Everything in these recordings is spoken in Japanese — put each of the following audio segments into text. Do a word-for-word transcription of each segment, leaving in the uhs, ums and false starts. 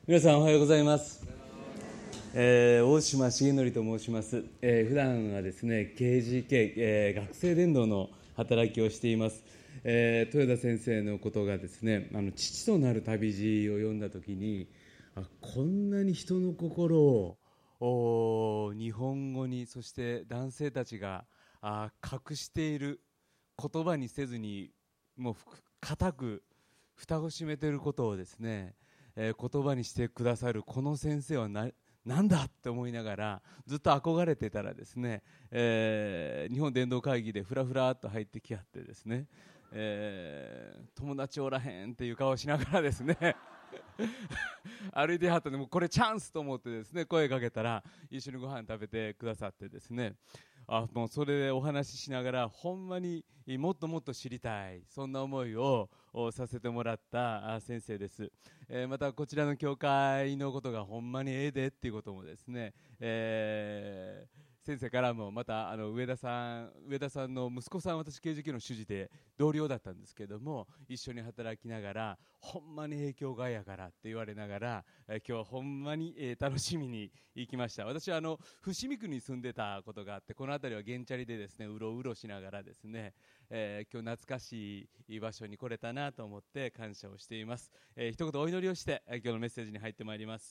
皆さんおはようございます。えー、大島重則と申します。えー、普段はですね ケージーケー、えー、学生伝道の働きをしています。えー、豊田先生のことがですね、あの父となる旅路を読んだときに、あこんなに人の心をお日本語に、そして男性たちがあ隠している、言葉にせずにもう固く蓋を閉めていることをですね、えー、言葉にしてくださるこの先生はななんだって思いながらずっと憧れてたらですね、えー、日本伝道会議でフラフラっと入ってきはってですね、えー、友達おらへんっていう顔をしながらですね歩いてはったので、もうこれチャンスと思ってですね声かけたら一緒にご飯食べてくださってですね、あもうそれでお話ししながらほんまにもっともっと知りたい、そんな思いをさせてもらった先生です。えー、またこちらの教会のことがほんまにええでっていうこともですね、えー先生からも、またあの上田さん上田さんの息子さん、私 ケージーケー の主事で同僚だったんですけども、一緒に働きながらほんまに影響がやからって言われながら、えー、今日はほんまに、えー、楽しみに行きました。私はあの伏見区に住んでたことがあって、この辺りは原チャリでですねうろうろしながらですね、えー、今日懐かしい場所に来れたなと思って感謝をしています。えー、一言お祈りをして、えー、今日のメッセージに入ってまいります。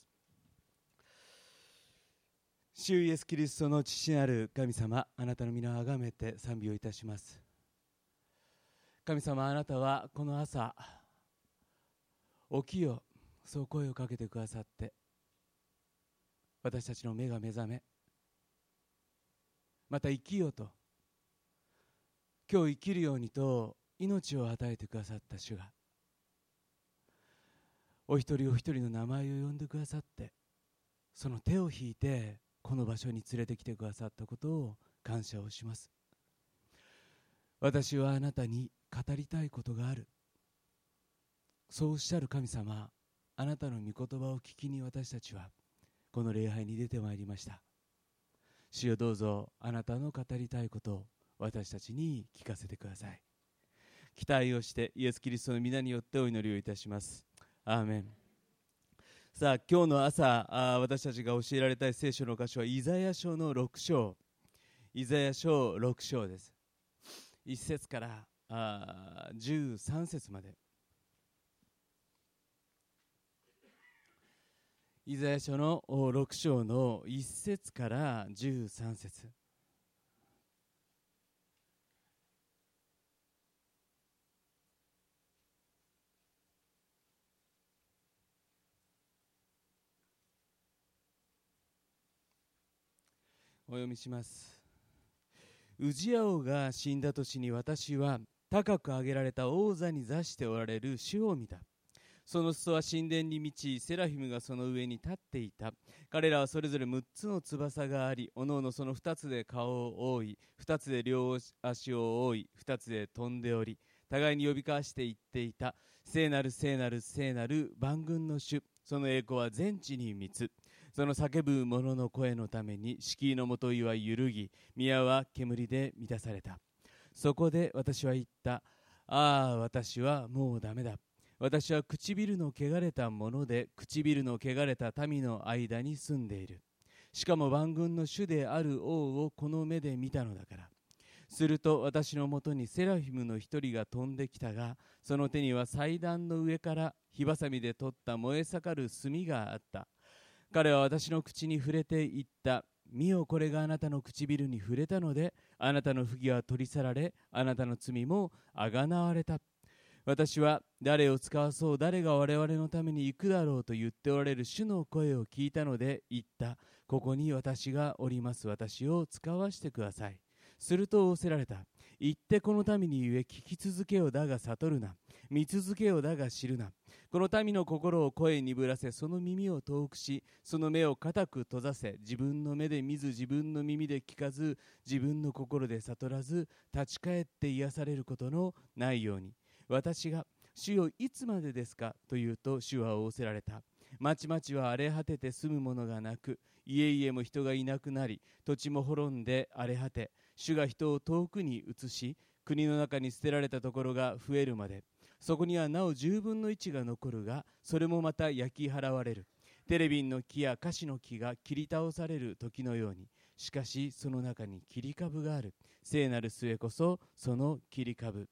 主イエスキリストの父なる神様、あなたの皆をあがめて賛美をいたします。神様、あなたはこの朝起きよ、そう声をかけてくださって、私たちの目が目覚め、また生きよと、今日生きるようにと命を与えてくださった主が、お一人お一人の名前を呼んでくださって、その手を引いてこの場所に連れてきてくださったことを感謝をします。私はあなたに語りたいことがある、そうおっしゃる神様、あなたの御言葉を聞きに私たちはこの礼拝に出てまいりました。主よ、どうぞあなたの語りたいことを私たちに聞かせてください。期待をしてイエスキリストの皆によってお祈りをいたします。アーメン。さあ、今日の朝あ私たちが教えられたい聖書の箇所はイザヤ書のろく章、イザヤ書ろく章です。いち節からあじゅうさん節まで、イザヤ書のろく章のいち節からじゅうさん節。お読みします。ウジヤ王が死んだ年に、私は高く上げられた王座に座しておられる主を見た。その裾は神殿に満ち、セラフィムがその上に立っていた。彼らはそれぞれむっつの翼があり、おのおのそのふたつで顔を覆い、ふたつで両足を覆い、ふたつで飛んでおり、互いに呼び交わして言っていた。聖なる聖なる聖なる万軍の主、その栄光は全地に満つ。その叫ぶ者の声のために敷居のもといは揺るぎ、宮は煙で満たされた。そこで私は言った。ああ、私はもうダメだ。私は唇の汚れたもので、唇の汚れた民の間に住んでいる。しかも万軍の主である王をこの目で見たのだから。すると私のもとにセラフィムの一人が飛んできたが、その手には祭壇の上から火ばさみで取った燃え盛る炭があった。彼は私の口に触れて言った。見よ、これがあなたの唇に触れたので、あなたの不義は取り去られ、あなたの罪もあがなわれた。私は誰を使わそう、誰が我々のために行くだろうと言っておられる主の声を聞いたので言った。ここに私がおります。私を使わしてください。すると仰せられた。言ってこの民に言え、聞き続けよだが悟るな、見続けよだが知るな。この民の心を声に鈍らせ、その耳を遠くし、その目を固く閉ざせ、自分の目で見ず、自分の耳で聞かず、自分の心で悟らず、立ち返って癒されることのないように。私が、主よいつまでですかと言うと、主は仰せられた。町々は荒れ果てて住むものがなく、家々も人がいなくなり、土地も滅んで荒れ果て、主が人を遠くに移し、国の中に捨てられたところが増えるまで、そこにはなおじゅうぶんのいちが残るが、それもまた焼き払われる。 テレビンの木やカシの木が切り倒される時のように、しかしその中に切り株がある。聖なる末こそその切り株。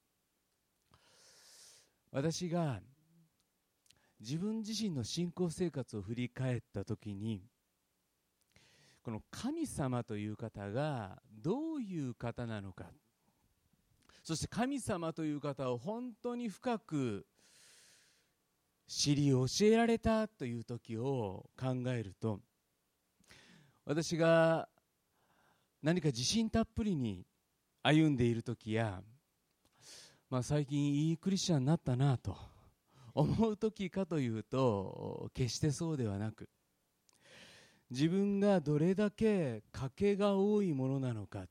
私が自分自身の信仰生活を振り返った時に、この神様という方がどういう方なのか、そして神様という方を本当に深く知り教えられたという時を考えると、私が何か自信たっぷりに歩んでいる時や、まあ、最近いいクリスチャンになったなと思う時かというと、決してそうではなく、自分がどれだけ賭けが多いものなのか、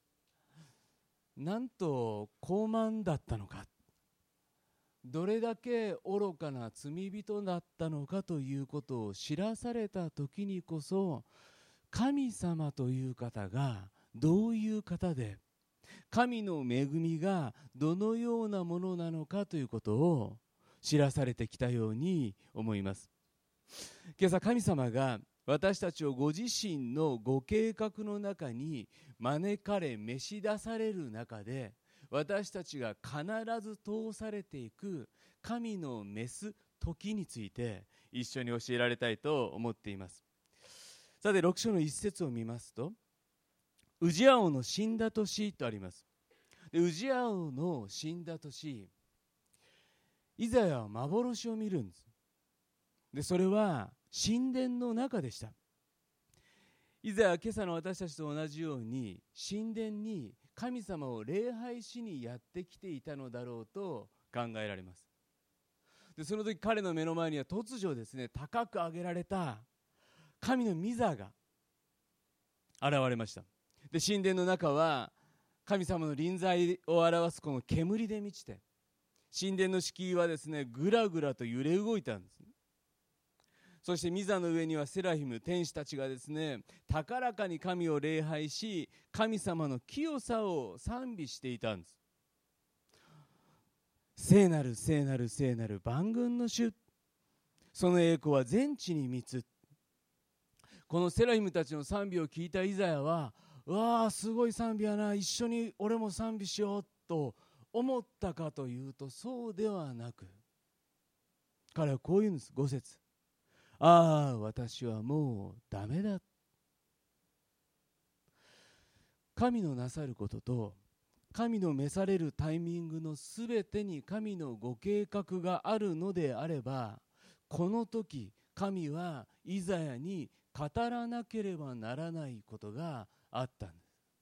なんと高慢だったのか、どれだけ愚かな罪人だったのかということを知らされた時にこそ、神様という方がどういう方で、神の恵みがどのようなものなのかということを知らされてきたように思います。今朝神様が私たちをご自身のご計画の中に招かれ召し出される中で、私たちが必ず通されていく神の召す時について一緒に教えられたいと思っています。さて、ろく章の一節を見ますと、ウジヤ王の死んだ年とあります。で、ウジヤ王の死んだ年、イザヤは幻を見るんです。で、それは神殿の中でした。イザヤは今朝の私たちと同じように神殿に神様を礼拝しにやってきていたのだろうと考えられます。で、その時彼の目の前には突如ですね、高く上げられた神の御座が現れました。で、神殿の中は神様の臨在を表すこの煙で満ちて、神殿の敷居はですね、ぐらぐらと揺れ動いたんです。そして御座の上にはセラヒム、天使たちがですね、高らかに神を礼拝し、神様の清さを賛美していたんです。聖なる聖なる聖なる万軍の主、その栄光は全地に満つ。このセラヒムたちの賛美を聞いたイザヤは、うわーすごい賛美やな、一緒に俺も賛美しようと思ったかというと、そうではなく、彼はこう言うんです。ご節、ああ私はもうダメだ。神のなさることと神の召されるタイミングのすべてに神のご計画があるのであれば、この時神はイザヤに語らなければならないことがあったんです。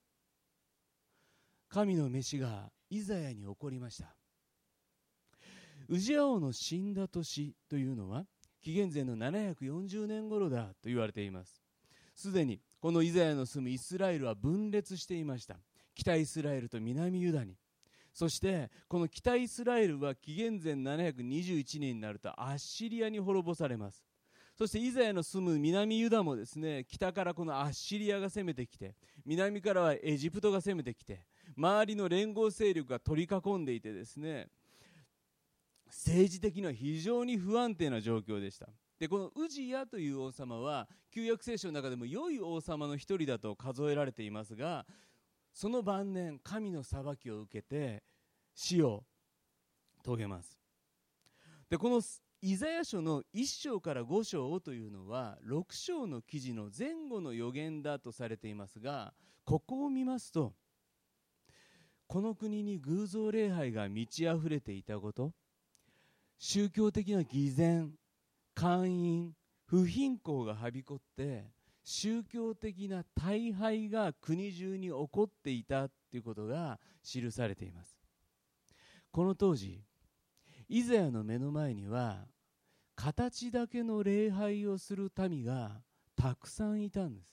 神の召しがイザヤに起こりました。ウジヤ王の死んだ年というのは紀元前のななひゃくよんじゅうねん頃だと言われています。すでにこのイザヤの住むイスラエルは分裂していました。北イスラエルと南ユダに。そしてこの北イスラエルは紀元前ななひゃくにじゅういちねんになるとアッシリアに滅ぼされます。そしてイザヤの住む南ユダもですね、北からこのアッシリアが攻めてきて、南からはエジプトが攻めてきて、周りの連合勢力が取り囲んでいてですね、政治的には非常に不安定な状況でした。で、このウジヤという王様は旧約聖書の中でも良い王様の一人だと数えられていますが、その晩年神の裁きを受けて死を遂げます。で、このイザヤ書のいっ章からご章というのはろく章の記事の前後の予言だとされていますが、ここを見ますと、この国に偶像礼拝が満ち溢れていたこと、宗教的な偽善、姦淫、不貧困がはびこって宗教的な大敗が国中に起こっていたということが記されています。この当時イザヤの目の前には形だけの礼拝をする民がたくさんいたんです。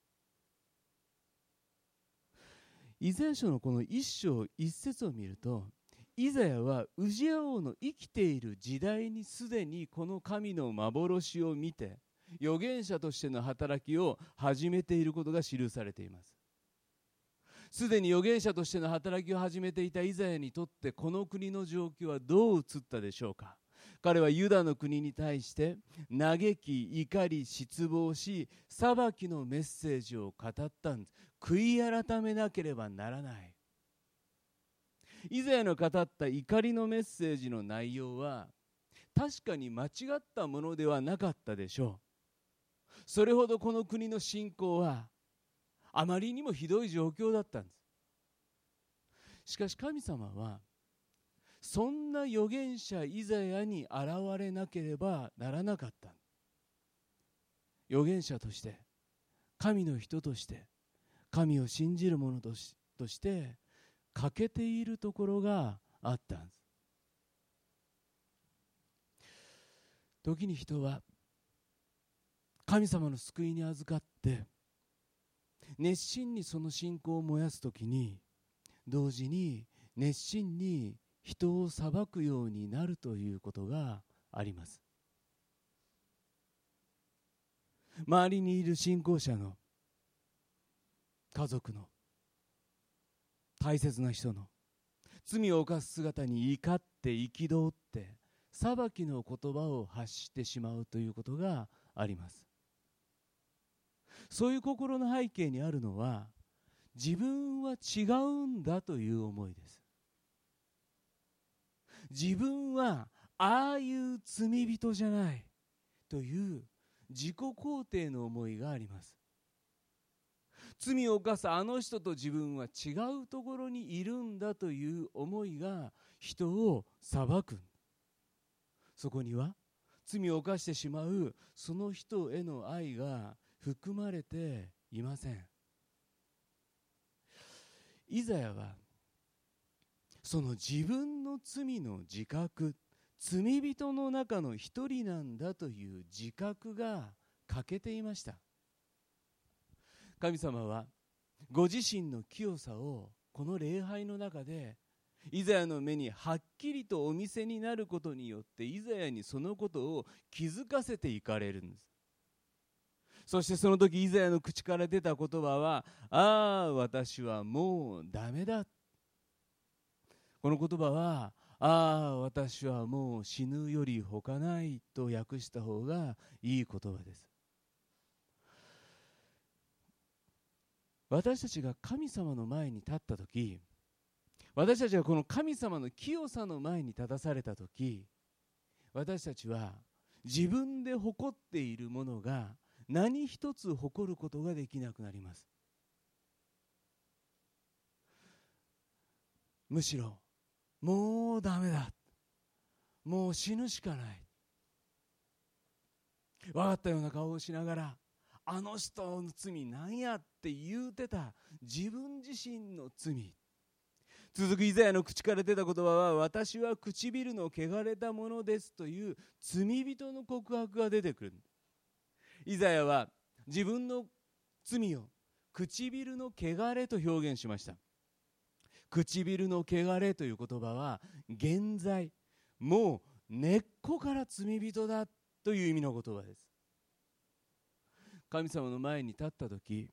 イザヤ書のこの一章一節を見ると、イザヤはウジヤ王の生きている時代にすでにこの神の幻を見て預言者としての働きを始めていることが記されています。すでに預言者としての働きを始めていたイザヤにとって、この国の状況はどう映ったでしょうか。 彼はユダの国に対して嘆き、怒り、失望し、裁きのメッセージを語ったんです。悔い改めなければならない。イザヤの語った怒りのメッセージの内容は確かに間違ったものではなかったでしょう。それほどこの国の信仰はあまりにもひどい状況だったんです。しかし神様はそんな預言者イザヤに現れなければならなかった。預言者として、神の人として、神を信じる者とし、として欠けているところがあったんです。時に人は神様の救いに預かって熱心にその信仰を燃やすときに、同時に熱心に人を裁くようになるということがあります。周りにいる信仰者の家族の大切な人の罪を犯す姿に怒って憤って裁きの言葉を発してしまうということがあります。そういう心の背景にあるのは、自分は違うんだという思いです。自分はああいう罪人じゃないという自己肯定の思いがあります。罪を犯すあの人と自分は違うところにいるんだという思いが人を裁く。そこには罪を犯してしまうその人への愛が含まれていません。イザヤはその自分の罪の自覚、罪人の中の一人なんだという自覚が欠けていました。神様はご自身の清さをこの礼拝の中でイザヤの目にはっきりとお見せになることによって、イザヤにそのことを気づかせていかれるんです。そしてその時イザヤの口から出た言葉は、ああ私はもうダメだ。この言葉は、ああ私はもう死ぬより他ないと訳した方がいい言葉です。私たちが神様の前に立ったとき、私たちがこの神様の清さの前に立たされたとき、私たちは自分で誇っているものが何一つ誇ることができなくなります。むしろもうダメだ、もう死ぬしかない、分かったような顔をしながら、あの人の罪なんやって言うてた自分自身の罪。続くイザヤの口から出た言葉は、私は唇の汚れたものですという罪人の告白が出てくる。イザヤは自分の罪を唇の汚れと表現しました。唇の汚れという言葉は現在、もう根っこから罪人だという意味の言葉です。神様の前に立ったとき、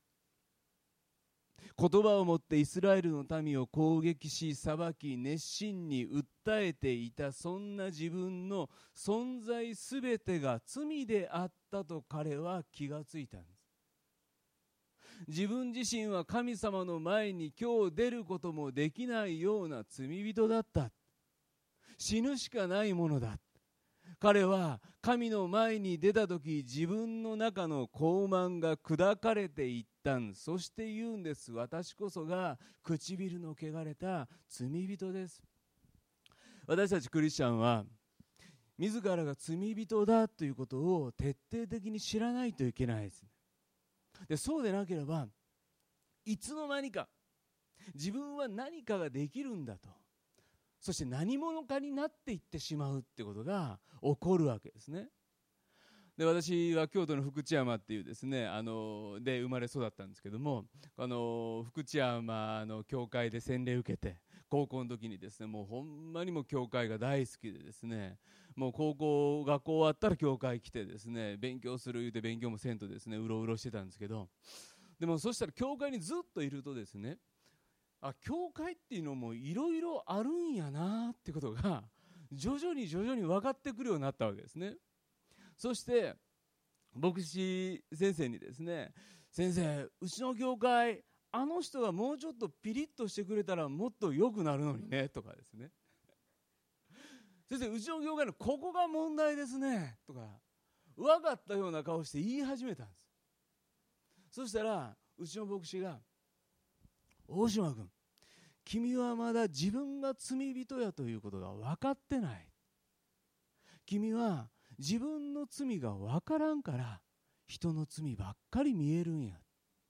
言葉を持ってイスラエルの民を攻撃し裁き、熱心に訴えていたそんな自分の存在すべてが罪であったと彼は気がついたんです。自分自身は神様の前に今日出ることもできないような罪人だった。死ぬしかないものだ。彼は神の前に出たとき、自分の中の傲慢が砕かれていったん。そして言うんです。私こそが唇の汚れた罪人です。私たちクリスチャンは自らが罪人だということを徹底的に知らないといけないです。で、そうでなければいつの間にか自分は何かができるんだと、そして何者かになっていってしまうってことが起こるわけですね。で、私は京都の福知山っていうですね、あので生まれ育ったんですけども、あの福知山の教会で洗礼受けて、高校の時にですね、もうほんまにもう教会が大好きでですね、もう高校学校終わったら教会来てですね、勉強する言うて勉強もせんとですね、うろうろしてたんですけど、でもそしたら教会にずっといるとですね、あ、教会っていうのもいろいろあるんやなってことが徐々に徐々に分かってくるようになったわけですね。そして牧師先生にですね、先生、うちの教会あの人がもうちょっとピリッとしてくれたらもっと良くなるのにねとかですね、先生、うちの教会のここが問題ですねとか分かったような顔して言い始めたんです。そしたらうちの牧師が、大島君、君はまだ自分が罪人やということが分かってない。君は自分の罪が分からんから人の罪ばっかり見えるんや。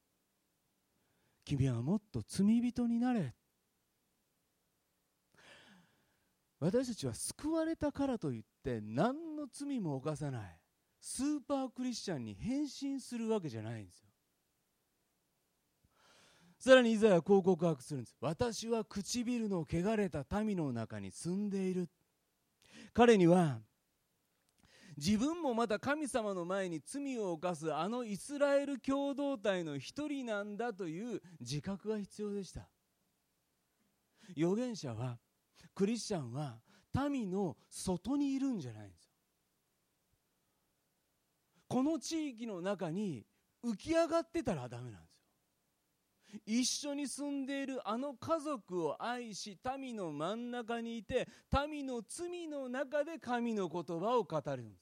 君はもっと罪人になれ。私たちは救われたからといって何の罪も犯さないスーパークリスチャンに変身するわけじゃないんですよ。さらにイザヤはこう告白するんです。私は唇の汚れた民の中に住んでいる。彼には自分もまた神様の前に罪を犯すあのイスラエル共同体の一人なんだという自覚が必要でした。預言者は、クリスチャンは民の外にいるんじゃないんですよ。この地域の中に浮き上がってたらダメなんですよ。一緒に住んでいるあの家族を愛し、民の真ん中にいて、民の罪の中で神の言葉を語るんです。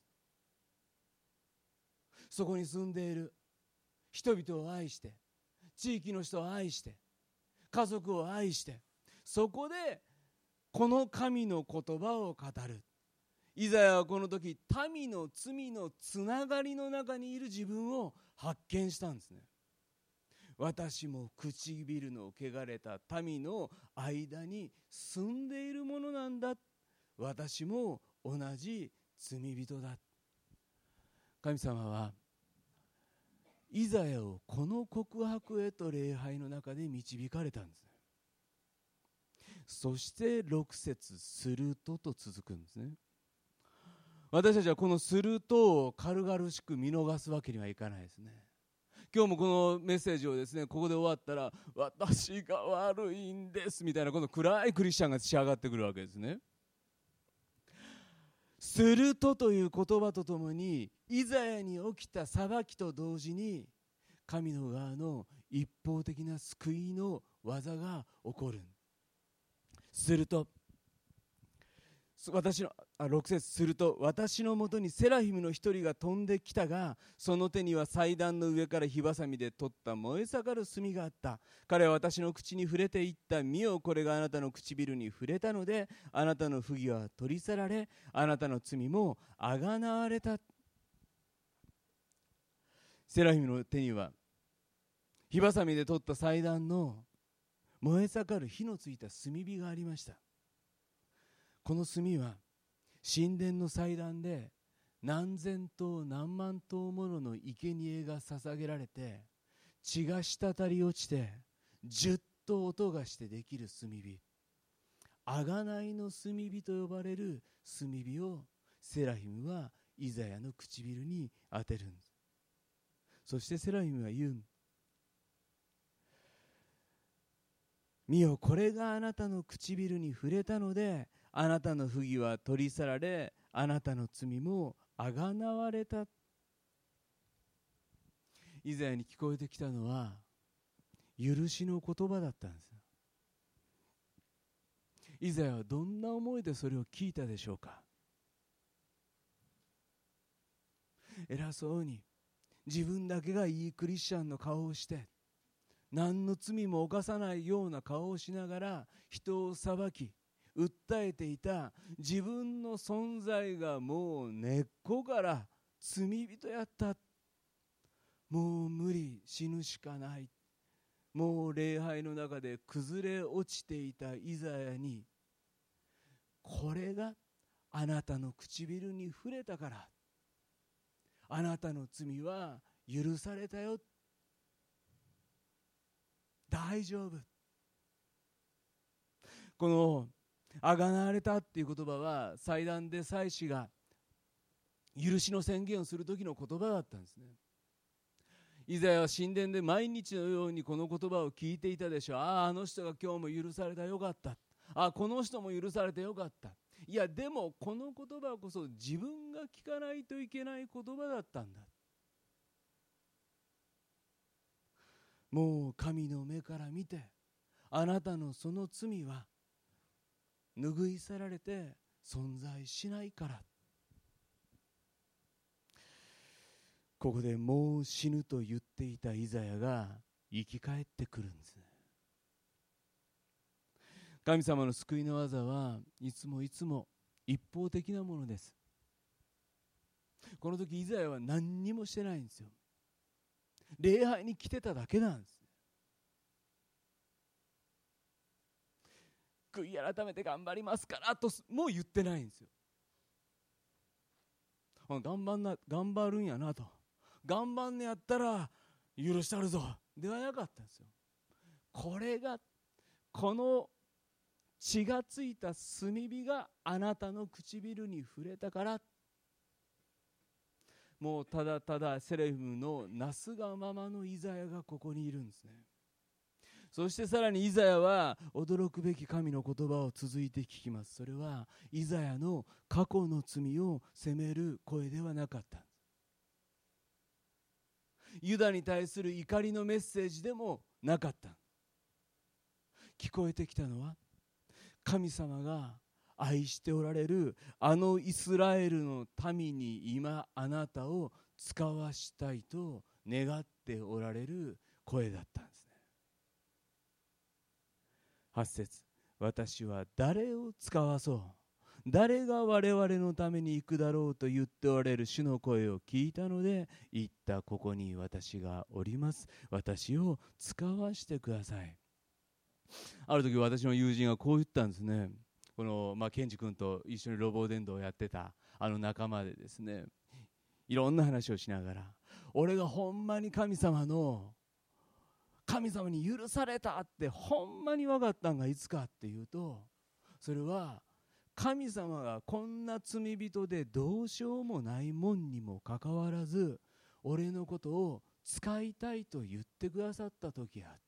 そこに住んでいる人々を愛して、地域の人を愛して、家族を愛して、そこでこの神の言葉を語る。イザヤはこの時、民の罪のつながりの中にいる自分を発見したんですね。私も唇の汚れた民の間に住んでいるものなんだ。私も同じ罪人だ。神様はイザヤをこの告白へと礼拝の中で導かれたんです。そしてろく節、するとと続くんですね。私たちはこのするとを軽々しく見逃すわけにはいかないですね。今日もこのメッセージをですね、ここで終わったら、私が悪いんですみたいなこの暗いクリスチャンが仕上がってくるわけですね。するとという言葉とともに、イザヤに起きた裁きと同時に神の側の一方的な救いの技が起こる。すると私のあろく節、すると私のもとにセラフィムの一人が飛んできたが、その手には祭壇の上から火ばさみで取った燃え盛る炭があった。彼は私の口に触れていった。見よ、これがあなたの唇に触れたので、あなたの不義は取り去られ、あなたの罪もあがなわれた。セラフィムの手には火ばさみで取った祭壇の燃え盛る火のついた炭火がありました。この炭は神殿の祭壇で何千頭何万頭ものの生贄が捧げられて、血が滴り落ちてジュッと音がしてできる炭火、贖いの炭火と呼ばれる炭火をセラフィムはイザヤの唇に当てるんです。そしてセラフィムは言う。見よ、これがあなたの唇に触れたので、あなたの不義は取り去られ、あなたの罪もあがなわれた。イザヤに聞こえてきたのは許しの言葉だったんです。イザヤはどんな思いでそれを聞いたでしょうか。偉そうに自分だけがいいクリスチャンの顔をして、何の罪も犯さないような顔をしながら人を裁き訴えていた自分の存在がもう根っこから罪人やった。もう無理、死ぬしかない。もう礼拝の中で崩れ落ちていたイザヤに、これがあなたの唇に触れたから、あなたの罪は許されたよ。大丈夫。このあがなわれたっていう言葉は、祭壇で祭司が許しの宣言をする時の言葉だったんですね。イザヤは神殿で毎日のようにこの言葉を聞いていたでしょう。ああ、あの人が今日も許されたよかった。ああ、この人も許されてよかった。 いやでもこの言葉こそ自分が聞かないといけない言葉だったんだ。もう神の目から見て、あなたのその罪は拭い去られて存在しないから。ここでもう死ぬと言っていたイザヤが生き返ってくるんです。神様の救いの技はいつもいつも一方的なものです。この時イザヤは何にもしてないんですよ。礼拝に来てただけなんです。悔い改めて頑張りますからともう言ってないんですよ。頑張んな、頑張るんやなと、頑張んねやったら許したるぞではなかったんですよ。これが、この血がついた炭火があなたの唇に触れたから、もうただただセレフムのなすがままのイザヤがここにいるんですね。そしてさらにイザヤは驚くべき神の言葉を続いて聞きます。それはイザヤの過去の罪を責める声ではなかった。ユダに対する怒りのメッセージでもなかった。聞こえてきたのは、神様が愛しておられるあのイスラエルの民に今あなたを使わしたいと願っておられる声だったんですね。はち節、私は誰を使わそう、誰が我々のために行くだろうと言っておられる主の声を聞いたので言った。ここに私がおります、私を使わしてください。ある時私の友人がこう言ったんですね。この、まあ、ケンジ君と一緒にロボ伝道をやってたあの仲間でですね、いろんな話をしながら、俺がほんまに神様の神様に許されたってほんまに分かったんがいつかっていうと、それは神様がこんな罪人でどうしようもないもんにもかかわらず俺のことを使いたいと言ってくださった時や。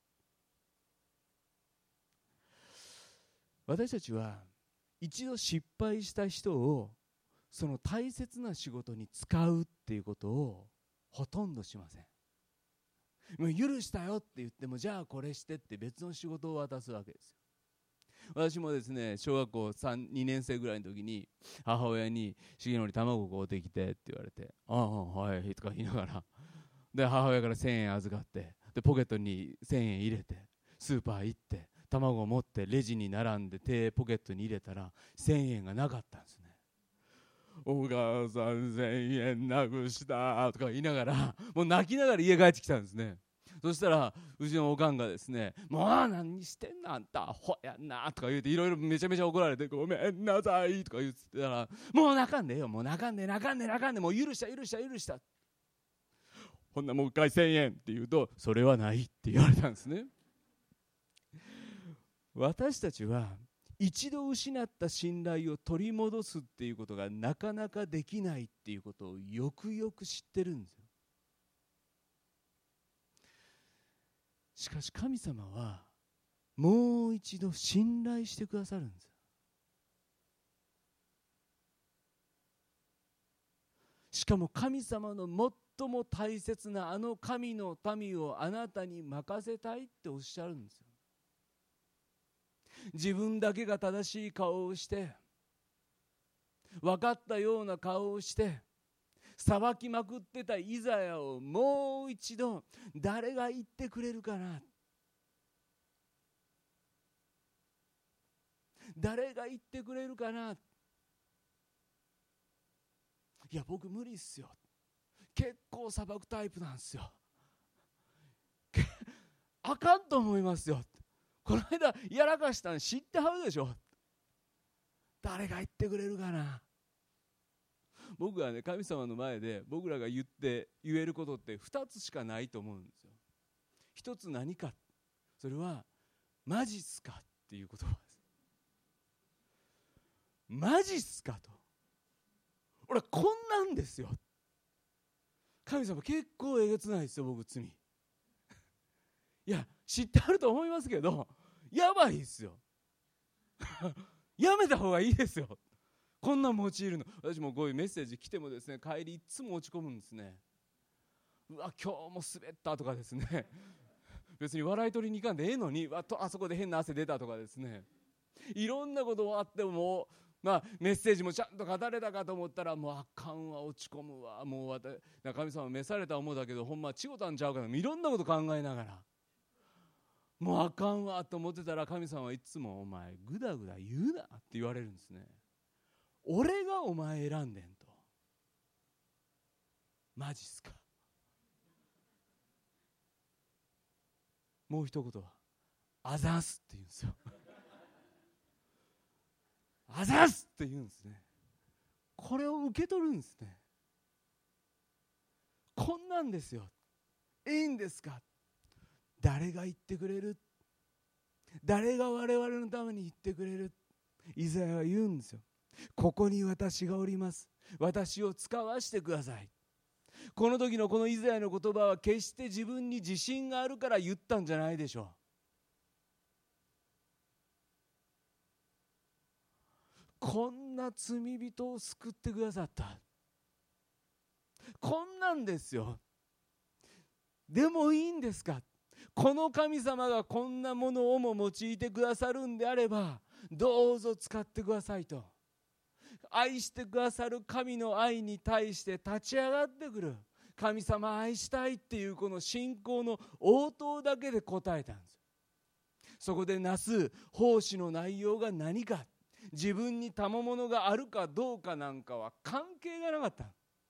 私たちは一度失敗した人をその大切な仕事に使うっていうことをほとんどしません。もう許したよって言っても、じゃあこれしてって別の仕事を渡すわけですよ。私もですね、小学校さん、にねん生ぐらいの時に母親に重則卵買うてきてって言われて、ああはいとか言いながら、で母親からせんえん預かって、でポケットにせんえん入れてスーパー行って卵を持ってレジに並んで手ポケットに入れたらせんえんがなかったんですね。お母さんせんえんなくしたとか言いながら、もう泣きながら家帰ってきたんですね。そしたらうちのおかんがですね、もう何してんのあんたアホやんなとか言うて、いろいろめちゃめちゃ怒られて、ごめんなさいとか言ってたら、もう泣かんでよ、もう泣かんで泣かんで泣かんで、もう許した許した許した、ほんなもう一回せんえんって言うと、それはないって言われたんですね。私たちは一度失った信頼を取り戻すっていうことがなかなかできないっていうことをよくよく知ってるんですよ。しかし神様はもう一度信頼してくださるんですよ。しかも神様の最も大切なあの神の民をあなたに任せたいっておっしゃるんですよ。自分だけが正しい顔をして、分かったような顔をして裁きまくってたイザヤをもう一度誰が言ってくれるかな、誰が言ってくれるかな、いや僕無理っすよ、結構裁くタイプなんですよ、あかんと思いますよ、この間やらかしたの知ってはるでしょ、誰が言ってくれるかな。僕はね、神様の前で僕らが言って言えることってふたつしかないと思うんですよ。一つ何か、それはマジっすかっていう言葉です。マジっすかと、俺こんなんですよ。神様結構えげつないですよ僕罪。いや知ってあると思いますけどやばいですよやめた方がいいですよ。 こんなん用いるの。私もこういうメッセージ来てもですね、帰りいつも落ち込むんですね。うわ今日も滑ったとかですね別に笑い取りに行かんでええのに、あとあそこで変な汗出たとかですね、いろんなことがあっても、まあ、メッセージもちゃんと語れたかと思ったら、もうあかんわ、落ち込むわ、もう私神様召された思うだけどほんま違ったんちゃうかな、いろんなこと考えながら、もうあかんわと思ってたら、神様はいつもお前ぐだぐだ言うなって言われるんですね。俺がお前選んでんと。マジっすか。もう一言はあざーすって言うんですよあざーすって言うんですね。これを受け取るんですね。こんなんですよ。いいんですか。誰が言ってくれる、誰が我々のために言ってくれる。イザヤは言うんですよ。ここに私がおります、私を使わしてください。この時のこのイザヤの言葉は決して自分に自信があるから言ったんじゃないでしょう。こんな罪人を救ってくださった、こんなんですよ。でもいいんですか。この神様がこんなものをも用いてくださるんであれば、どうぞ使ってくださいと。愛してくださる神の愛に対して立ち上がってくる、神様愛したいっていうこの信仰の応答だけで答えたんです。そこでなす奉仕の内容が何か、自分に賜物があるかどうかなんかは関係がなかった。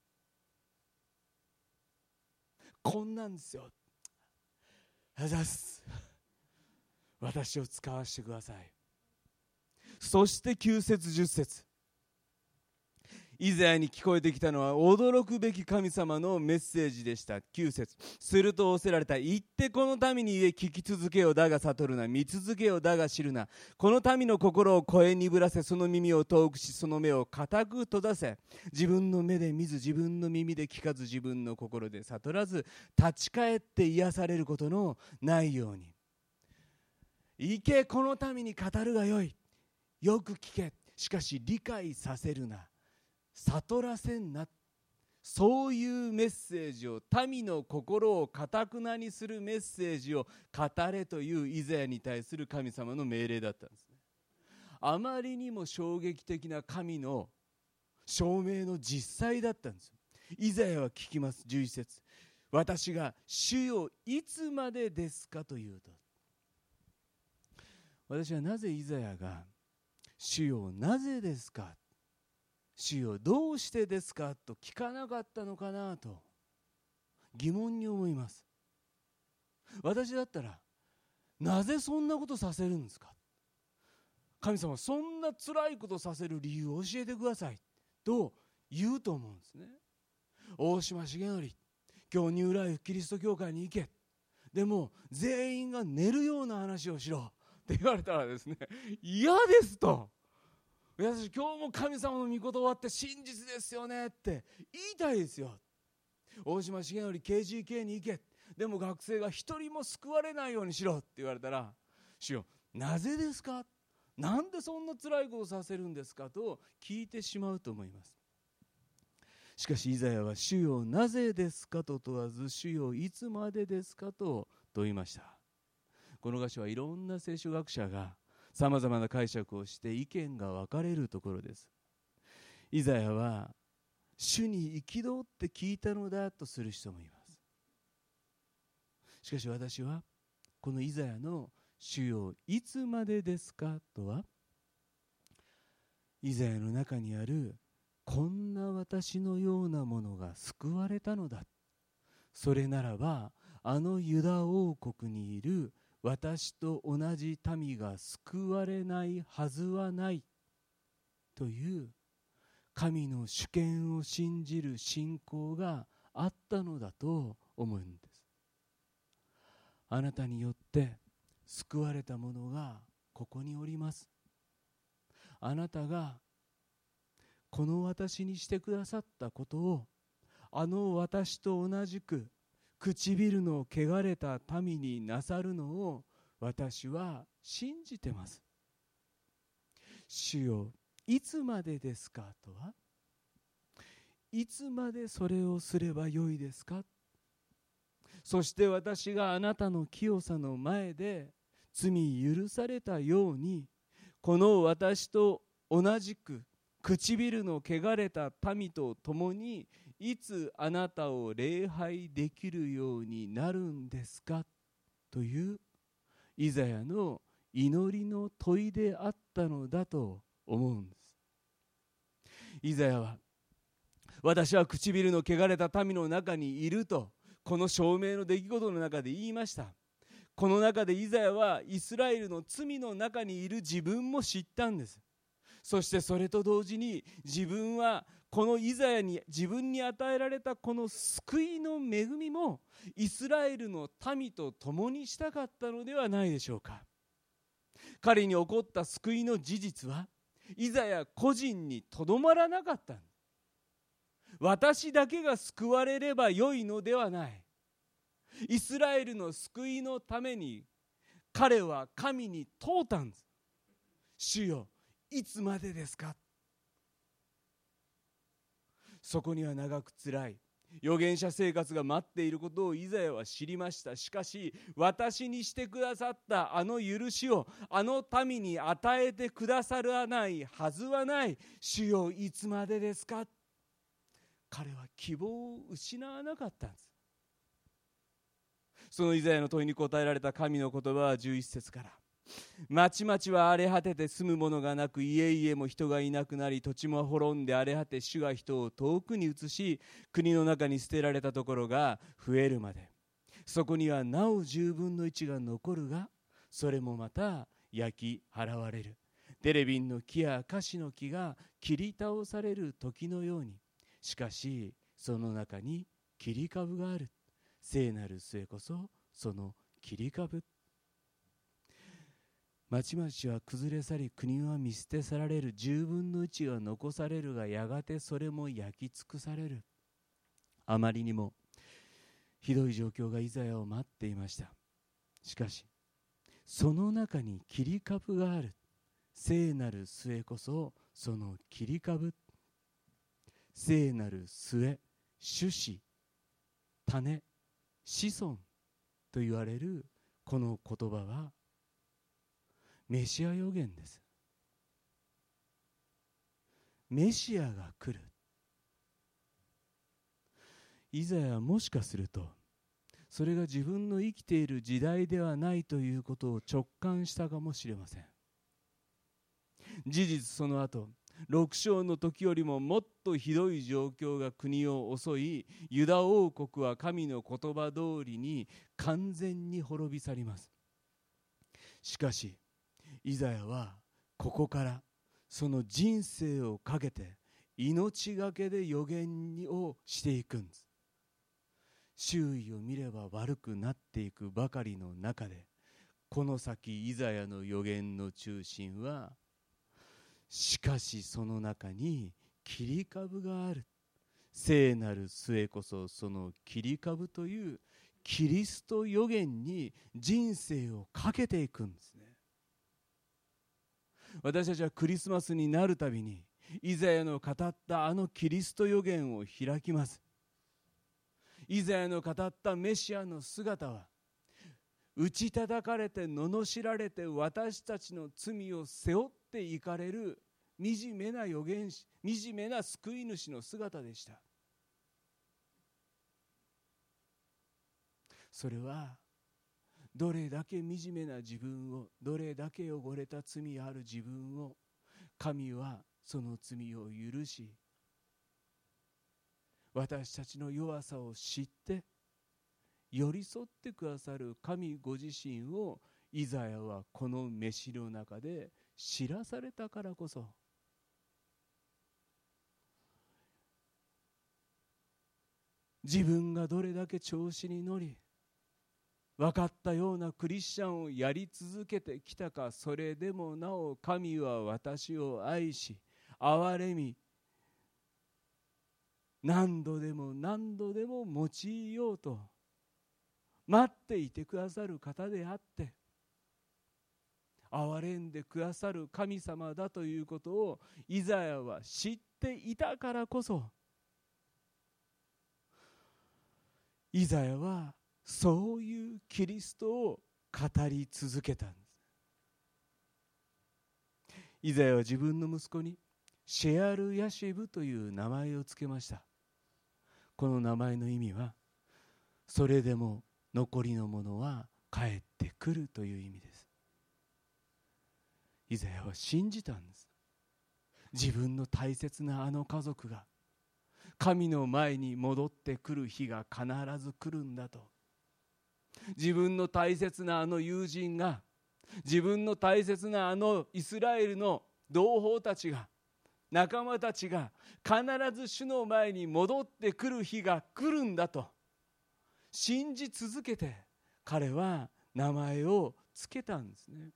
こんなんですよ。あざす、私を使わせてください。そしてきゅう節じゅっ節、イザヤに聞こえてきたのは驚くべき神様のメッセージでした。きゅう節、すると仰せられた。言ってこの民に言え、聞き続けよだが悟るな、見続けよだが知るな。この民の心を声鈍らせ、その耳を遠くし、その目を固く閉ざせ。自分の目で見ず、自分の耳で聞かず、自分の心で悟らず、立ち返って癒されることのないように。行け、この民に語るがよい。よく聞け、しかし理解させるな、悟らせんな。そういうメッセージを、民の心を堅くなにするメッセージを語れというイザヤに対する神様の命令だったんですね。あまりにも衝撃的な神の証明の実際だったんですよ。イザヤは聞きます。じゅういち節、私が主よいつまでですかというと、私はなぜイザヤが主よなぜですか、主よどうしてですかと聞かなかったのかなと疑問に思います。私だったらなぜそんなことさせるんですか、神様そんな辛いことさせる理由を教えてくださいと言うと思うんですね。大島重則、今日ニューライフキリスト教会に行け、でも全員が寝るような話をしろって言われたらですね、嫌ですと。私今日も神様の御言葉って真実ですよねって言いたいですよ。大島重則 ケージーケー に行け、でも学生が一人も救われないようにしろって言われたら、主よなぜですか、なんでそんな辛いことをさせるんですかと聞いてしまうと思います。しかしイザヤは主よなぜですかと問わず、主よいつまでですかと問いました。この箇所はいろんな聖書学者がさまざまな解釈をして意見が分かれるところです。イザヤは主に憤って聞いたのだとする人もいます。しかし私はこのイザヤの主よいつまでですかとは、イザヤの中にあるこんな私のようなものが救われたのだ、それならばあのユダ王国にいる私と同じ民が救われないはずはないという神の主権を信じる信仰があったのだと思うんです。あなたによって救われた者がここにおります。あなたがこの私にしてくださったことを、あの私と同じく唇の汚れた民になさるのを私は信じてます。主よいつまでですかとは、いつまでそれをすればよいですか。そして私があなたの清さの前で罪許されたように、この私と同じく唇の汚れた民と共にいつあなたを礼拝できるようになるんですかというイザヤの祈りの問いであったのだと思うんです。イザヤは、私は唇の汚れた民の中にいると、この証明の出来事の中で言いました。この中でイザヤはイスラエルの罪の中にいる自分も知ったんです。そしてそれと同時に、自分はこのイザヤに自分に与えられたこの救いの恵みもイスラエルの民と共にしたかったのではないでしょうか。彼に起こった救いの事実はイザヤ個人にとどまらなかったんです。私だけが救われればよいのではない。イスラエルの救いのために彼は神に問うたんです。主よ、いつまでですか。そこには長くつらい預言者生活が待っていることをイザヤは知りました。しかし、私にしてくださったあの許しをあの民に与えてくださらないはずはない。主よ、いつまでですか。彼は希望を失わなかったんです。そのイザヤの問いに答えられた神の言葉はじゅういっ節から、町々は荒れ果てて住むものがなく、家々も人がいなくなり、土地も滅んで荒れ果て、主が人を遠くに移し、国の中に捨てられたところが増えるまで、そこにはなお十分の一が残るが、それもまた焼き払われる。テレビンの木やカシの木が切り倒される時のように、しかしその中に切り株がある。聖なる末こそその切り株。町々は崩れ去り、国は見捨て去られる。十分の一が残されるが、やがてそれも焼き尽くされる。あまりにもひどい状況がイザヤを待っていました。しかしその中に切り株がある。聖なる末こそその切り株。聖なる末、種子、種、子孫と言われるこの言葉はメシア予言です。メシアが来る。イザヤはもしかするとそれが自分の生きている時代ではないということを直感したかもしれません。事実その後ろく章の時よりももっとひどい状況が国を襲い、ユダ王国は神の言葉通りに完全に滅び去ります。しかしイザヤはここからその人生をかけて命がけで預言をしていくんです。周囲を見れば悪くなっていくばかりの中で、この先イザヤの預言の中心は、しかしその中に切り株がある。聖なる末こそその切り株というキリスト預言に人生をかけていくんですね。私たちはクリスマスになるたびにイザヤの語ったあのキリスト預言を開きます。イザヤの語ったメシアの姿は、打ち叩かれて罵られて私たちの罪を背負っていかれる惨めな預言者、惨めな救い主の姿でした。それはどれだけ惨めな自分を、どれだけ汚れた罪ある自分を、神はその罪を許し、私たちの弱さを知って寄り添ってくださる神ご自身をイザヤはこの飯の中で知らされたからこそ、自分がどれだけ調子に乗り分かったようなクリスチャンをやり続けてきたか、それでもなお神は私を愛し憐れみ、何度でも何度でも用いようと待っていてくださる方であって、 憐れんでくださる神様だということをイザヤは知っていたからこそ、イザヤはそういうキリストを語り続けたんです。イザヤは自分の息子にシェアルヤシブという名前をつけました。この名前の意味は、それでも残りのものは帰ってくるという意味です。イザヤは信じたんです。自分の大切なあの家族が神の前に戻ってくる日が必ず来るんだと。自分の大切なあの友人が、自分の大切なあのイスラエルの同胞たちが、仲間たちが必ず主の前に戻ってくる日が来るんだと信じ続けて、彼は名前をつけたんですね。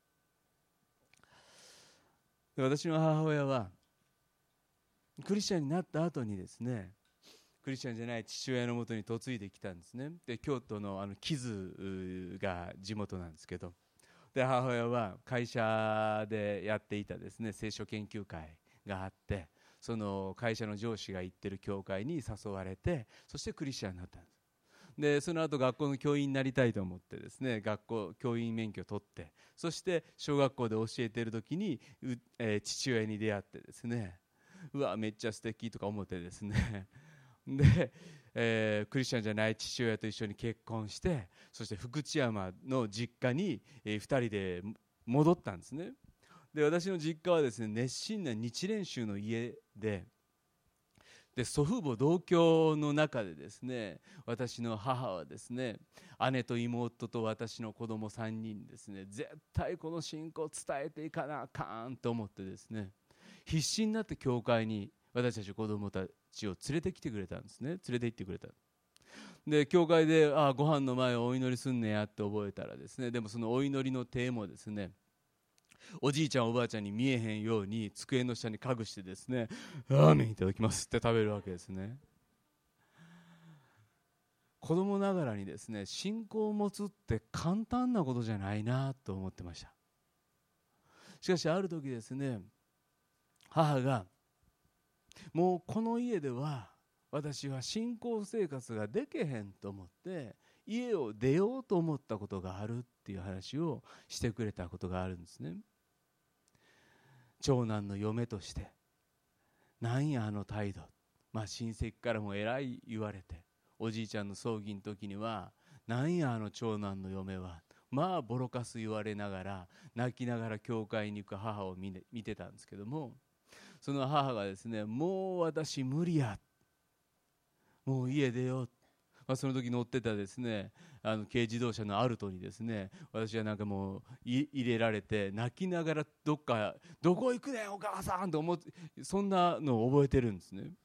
私の母親はクリスチャンになった後にですね、クリスチャンじゃない父親のもとに嫁いできたんですね。で、京都のあの木津が地元なんですけど、で母親は会社でやっていたですね聖書研究会があって、その会社の上司が行ってる教会に誘われて、そしてクリスチャンになったんです。でその後学校の教員になりたいと思ってですね、学校教員免許を取って、そして小学校で教えている時に、えー、父親に出会ってですね、うわめっちゃ素敵とか思ってですねで、えー、クリスチャンじゃない父親と一緒に結婚して、そして福知山の実家に、えー、ふたりで戻ったんですね。で私の実家はですね、熱心な日蓮宗の家で、で祖父母同居の中でですね、私の母はですね、姉と妹と私の子供さんにんですね、絶対この信仰を伝えていかなあかんと思ってですね、必死になって教会に私たち子供たちを連れてきてくれたんですね。連れて行ってくれた。で教会であご飯の前をお祈りすんねやって覚えたらですね、でもそのお祈りの手もですね、おじいちゃんおばあちゃんに見えへんように机の下に隠してですね、ラーメンいただきますって食べるわけですね。子供ながらにですね、信仰を持つって簡単なことじゃないなと思ってました。しかしある時ですね、母がもうこの家では私は信仰生活ができへんと思って家を出ようと思ったことがあるっていう話をしてくれたことがあるんですね。長男の嫁として、なんやあの態度、まあ親戚からもえらい言われて、おじいちゃんの葬儀の時にはなんやあの長男の嫁は、まあボロカス言われながら泣きながら教会に行く母を見て、見てたんですけども、その母がですね、もう私無理や、もう家出よう、まあ、その時乗ってたですね、あの軽自動車のアルトにですね、私はなんかもう入れられて泣きながらどっかどこ行くねんお母さんと思って、そんなのを覚えてるんですね。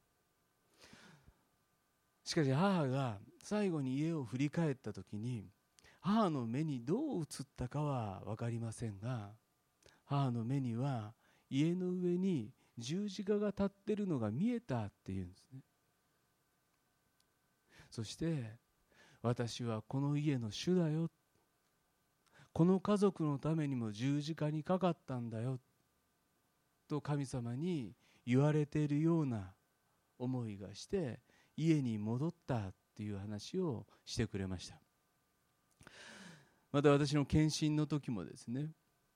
しかし母が最後に家を振り返った時に、母の目にどう映ったかは分かりませんが、母の目には家の上に十字架が立ってるのが見えたっていうんですね。そして私はこの家の主だよ、この家族のためにも十字架にかかったんだよと神様に言われているような思いがして家に戻ったっていう話をしてくれました。また私の検診の時もですね、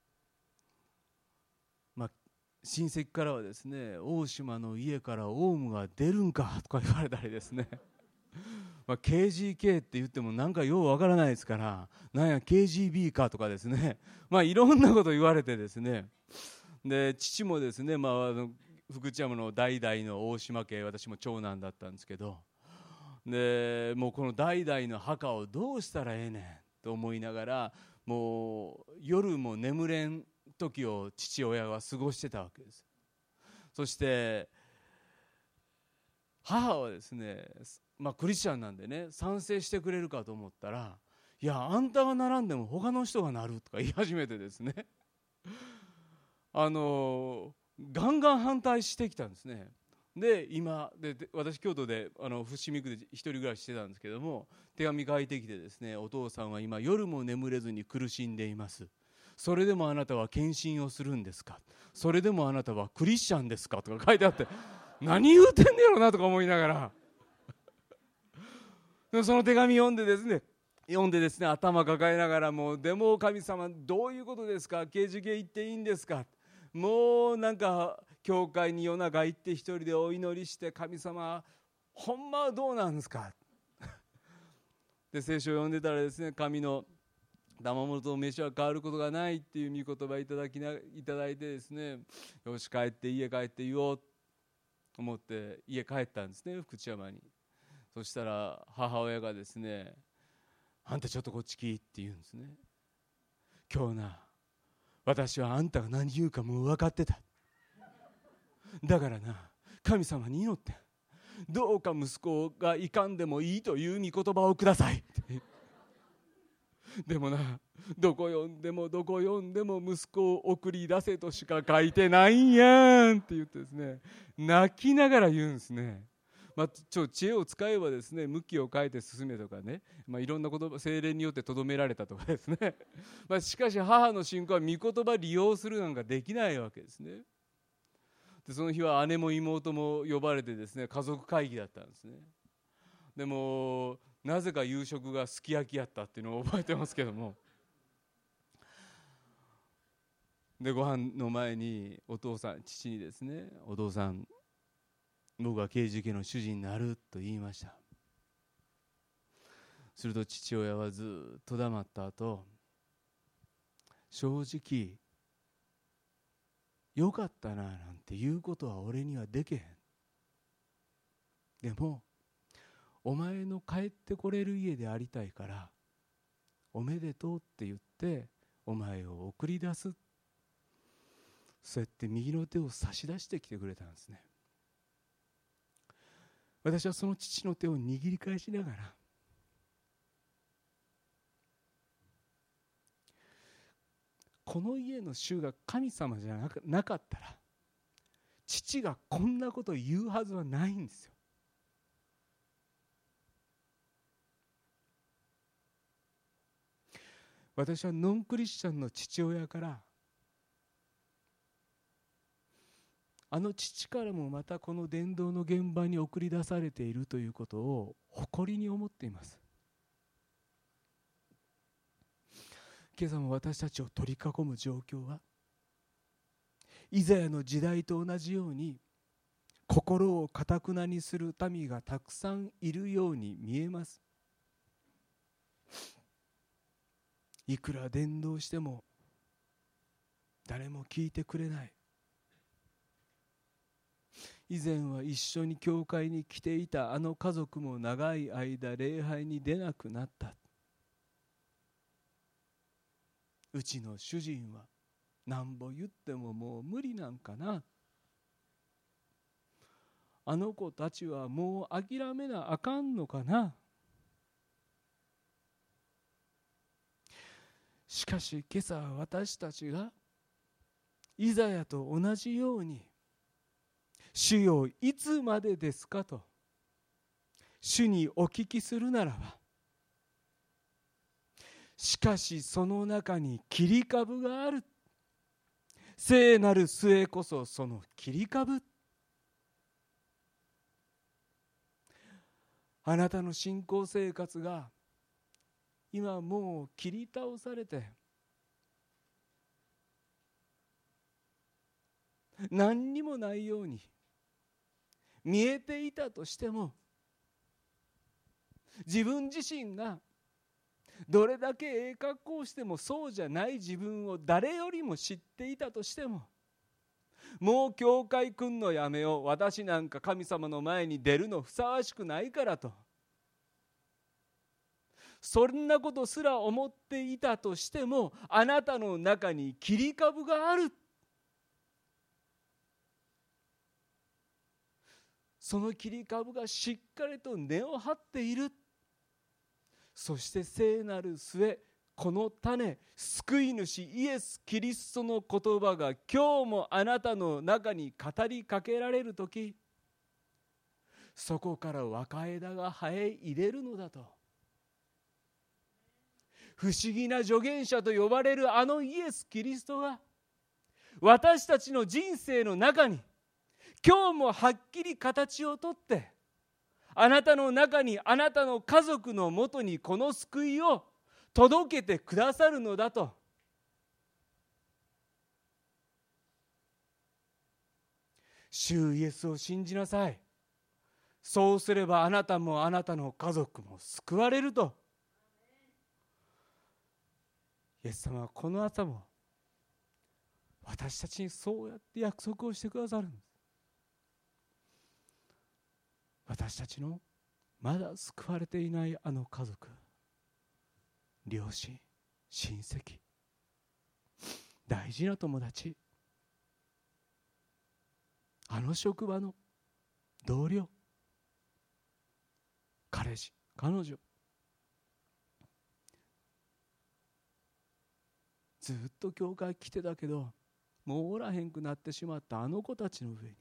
まあ親戚からはですね、大島の家からオウムが出るんかとか言われたりですねまあ ケージーケー って言ってもなんかようわからないですから、なんや ケージービー かとかですね、まあいろんなこと言われてですね、で父もですね、まあ、あの福知山の代々の大島家、私も長男だったんですけど、でもうこの代々の墓をどうしたらええねんと思いながら、もう夜も眠れん時を父親は過ごしてたわけです。そして母はですね、まあクリスチャンなんでね、賛成してくれるかと思ったら、いやあんたがならんでも他の人がなるとか言い始めてですねあのガンガン反対してきたんですね。で今でで私京都であの伏見区で一人暮らししてたんですけども、手紙書いてきてですね、お父さんは今夜も眠れずに苦しんでいます、 それでもあなたは献身をするんですか、それでもあなたはクリスチャンですかとか書いてあって、何言うてんねやろなとか思いながらでその手紙読んでですね読んでですね頭抱えながら、もうでも神様どういうことですか、刑事系行っていいんですか、もうなんか教会に夜中行って一人でお祈りして、神様ほんまはどうなんですかで聖書を読んでたらですね、神の賜物と飯は変わることがないっていう御言葉いただきないただいてですね、よし帰って家帰って言おうと思って家帰ったんですね、福知山に。そしたら母親がですね、あんたちょっとこっち来いって言うんですね。今日な、私はあんたが何言うかもう分かってた。だからな、神様に祈って、どうか息子がいかんでもいいという御言葉をくださいってでもな、どこ読んでもどこ読んでも息子を送り出せとしか書いてないんやんって言ってですね、泣きながら言うんですね。まあ、ちょ知恵を使えばですね、向きを変えて進めとかね、まあ、いろんな言葉精霊によってとどめられたとかですねまあしかし母の信仰は御言葉利用するなんかできないわけですね。でその日は姉も妹も呼ばれてですね、家族会議だったんですね。でもなぜか夕食がすき焼きやったっていうのを覚えてますけども、でご飯の前にお父さん父にですね、お父さん僕は刑事家の主人になると言いました。すると父親はずっと黙った後、正直よかったななんて言うことは俺にはできへん。でもお前の帰ってこれる家でありたいからおめでとうって言ってお前を送り出す。そうやって右の手を差し出してきてくれたんですね。私はその父の手を握り返しながら、この家の主が神様じゃなかったら父がこんなことを言うはずはないんですよ。私はノンクリスチャンの父親からあの父からもまたこの伝道の現場に送り出されているということを誇りに思っています。今朝も私たちを取り囲む状況はイザヤの時代と同じように心を堅くなにする民がたくさんいるように見えます。いくら伝道しても誰も聞いてくれない。以前は一緒に教会に来ていたあの家族も長い間礼拝に出なくなった。うちの主人はなんぼ言ってももう無理なんかな。あの子たちはもう諦めなあかんのかな。しかし今朝私たちがイザヤと同じように、主よいつまでですかと主にお聞きするならば、しかしその中に切り株がある。聖なる末こそその切り株。あなたの信仰生活が今もう切り倒されて何にもないように見えていたとしても、自分自身がどれだけええ格好をしてもそうじゃない自分を誰よりも知っていたとしても、もう教会来んのやめよう、私なんか神様の前に出るのふさわしくないからと、そんなことすら思っていたとしても、あなたの中に切り株がある。その切り株がしっかりと根を張っている。そして聖なる末、この種、救い主イエス・キリストの言葉が今日もあなたの中に語りかけられるとき、そこから若枝が生え入れるのだと。 不思議な助言者と呼ばれるあのイエス・キリストが私たちの人生の中に今日もはっきり形をとって、あなたの中に、あなたの家族のもとにこの救いを届けてくださるのだと。主イエスを信じなさい。そうすればあなたもあなたの家族も救われると。イエス様はこの朝も私たちにそうやって約束をしてくださるんです。私たちのまだ救われていないあの家族、両親、親戚、大事な友達、あの職場の同僚、彼氏、彼女、ずっと教会来てたけどもうおらへんくなってしまったあの子たちの上に、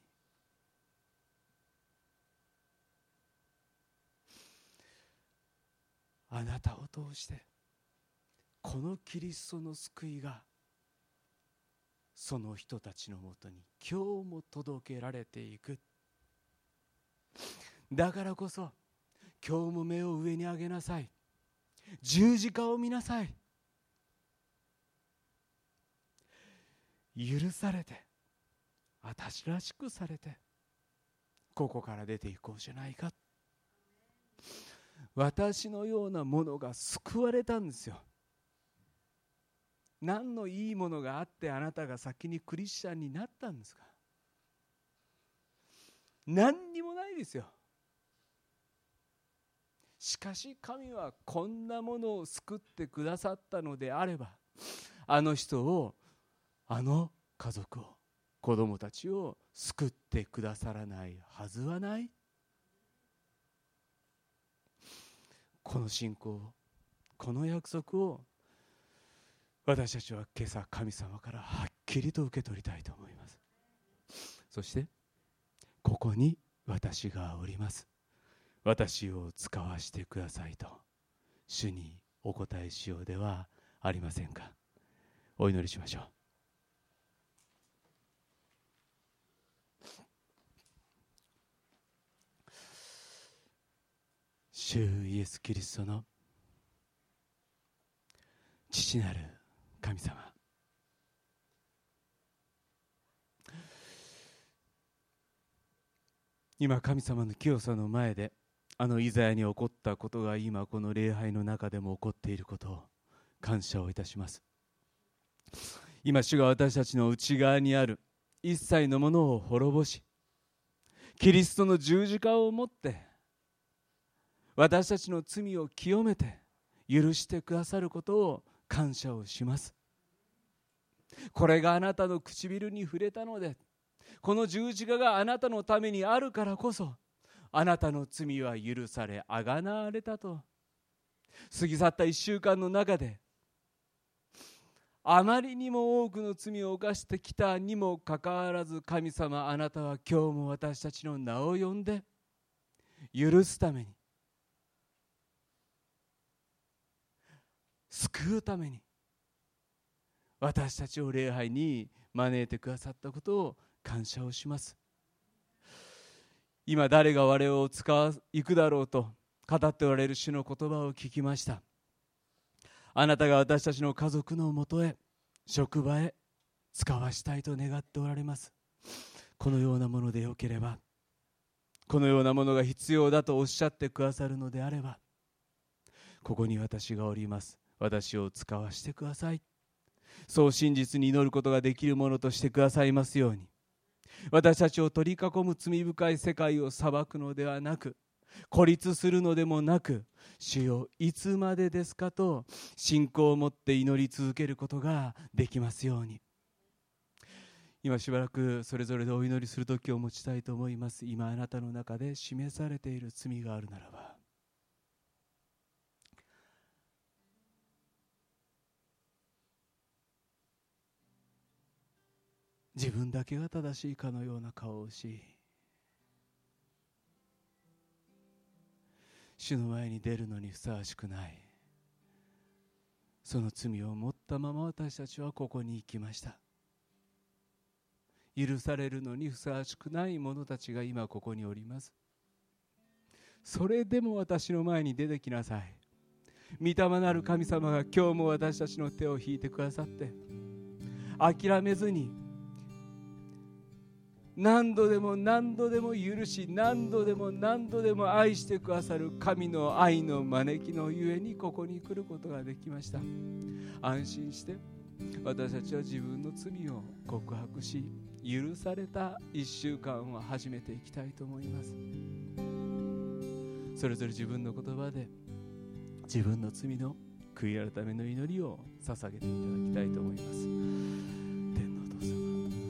あなたを通してこのキリストの救いがその人たちのもとに今日も届けられていく。だからこそ今日も目を上に上げなさい。十字架を見なさい。許されて、私らしくされて、ここから出ていこうじゃないか。私のようなものが救われたんですよ。何のいいものがあってあなたが先にクリスチャンになったんですか。何にもないですよ。しかし神はこんなものを救ってくださったのであれば、あの人を、あの家族を、子供たちを救ってくださらないはずはない。この信仰を、この約束を私たちは今朝神様からはっきりと受け取りたいと思います。そしてここに私がおります、私を使わしてくださいと主にお答えしようではありませんか。お祈りしましょう。主イエスキリストの父なる神様、今神様の清さの前であのイザヤに起こったことが今この礼拝の中でも起こっていることを感謝をいたします。今主が私たちの内側にある一切のものを滅ぼし、キリストの十字架を持って私たちの罪を清めて許してくださることを感謝をします。これがあなたの唇に触れたので、この十字架があなたのためにあるからこそあなたの罪は許されあがなわれたと。過ぎ去った一週間の中であまりにも多くの罪を犯してきたにもかかわらず、神様あなたは今日も私たちの名を呼んで許すために、救うために私たちを礼拝に招いてくださったことを感謝をします。今誰が我を使わいくだろうと語っておられる主の言葉を聞きました。あなたが私たちの家族のもとへ、職場へ使わしたいと願っておられます。このようなものでよければ、このようなものが必要だとおっしゃってくださるのであれば、ここに私がおります、私を使わしてください、そう真実に祈ることができるものとしてくださいますように。私たちを取り囲む罪深い世界を裁くのではなく、孤立するのでもなく、主よいつまでですかと信仰を持って祈り続けることができますように。今しばらくそれぞれでお祈りする時を持ちたいと思います。今あなたの中で示されている罪があるならば、自分だけが正しいかのような顔をし、主の前に出るのにふさわしくない、 その罪を持ったまま私たちはここに行きました。許されるのにふさわしくない者たちが今ここにおります。それでも私の前に出てきなさい。御霊なる神様が今日も私たちの手を引いてくださって、諦めずに何度でも何度でも許し、何度でも何度でも愛してくださる神の愛の招きのゆえにここに来ることができました。安心して私たちは自分の罪を告白し、許された一週間を始めていきたいと思います。それぞれ自分の言葉で自分の罪の悔い改めの祈りを捧げていただきたいと思います。天のお父様、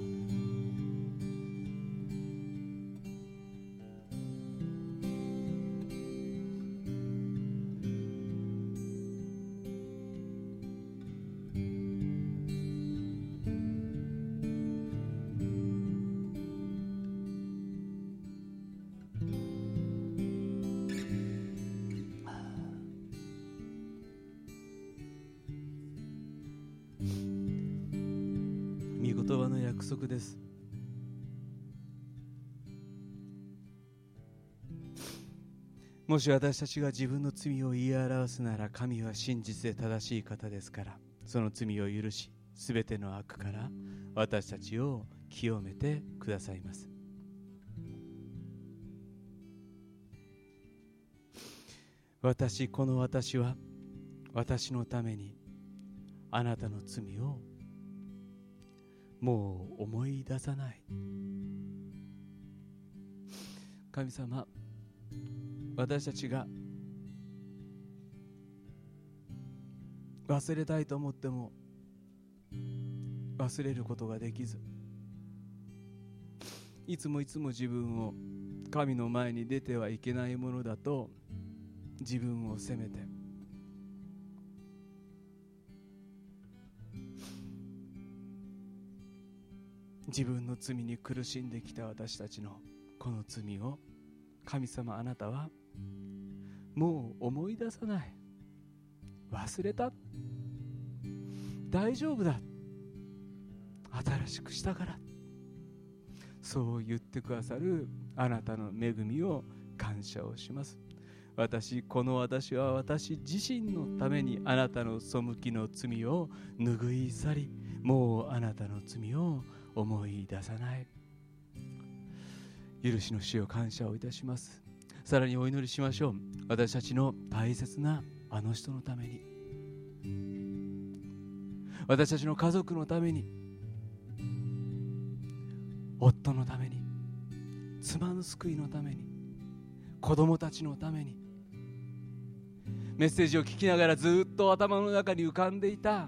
御言葉の約束です。もし私たちが自分の罪を言い表すなら、神は真実で正しい方ですから、その罪を許し、すべての悪から私たちを清めてくださいます。私、この私は私のためにあなたの罪をもう思い出さない。神様、私たちが忘れたいと思っても忘れることができず、いつもいつも自分を神の前に出てはいけないものだと自分を責めて、自分の罪に苦しんできた私たちのこの罪を神様、あなたはもう思い出さない。忘れた。大丈夫だ。新しくしたから。そう言ってくださるあなたの恵みを感謝をします。私、この私は私自身のためにあなたの背きの罪を拭い去り、もうあなたの罪を思い出さない。許しの主を感謝をいたします。さらにお祈りしましょう。私たちの大切なあの人のために、私たちの家族のために、夫のために、妻の救いのために、子供たちのために、メッセージを聞きながらずっと頭の中に浮かんでいた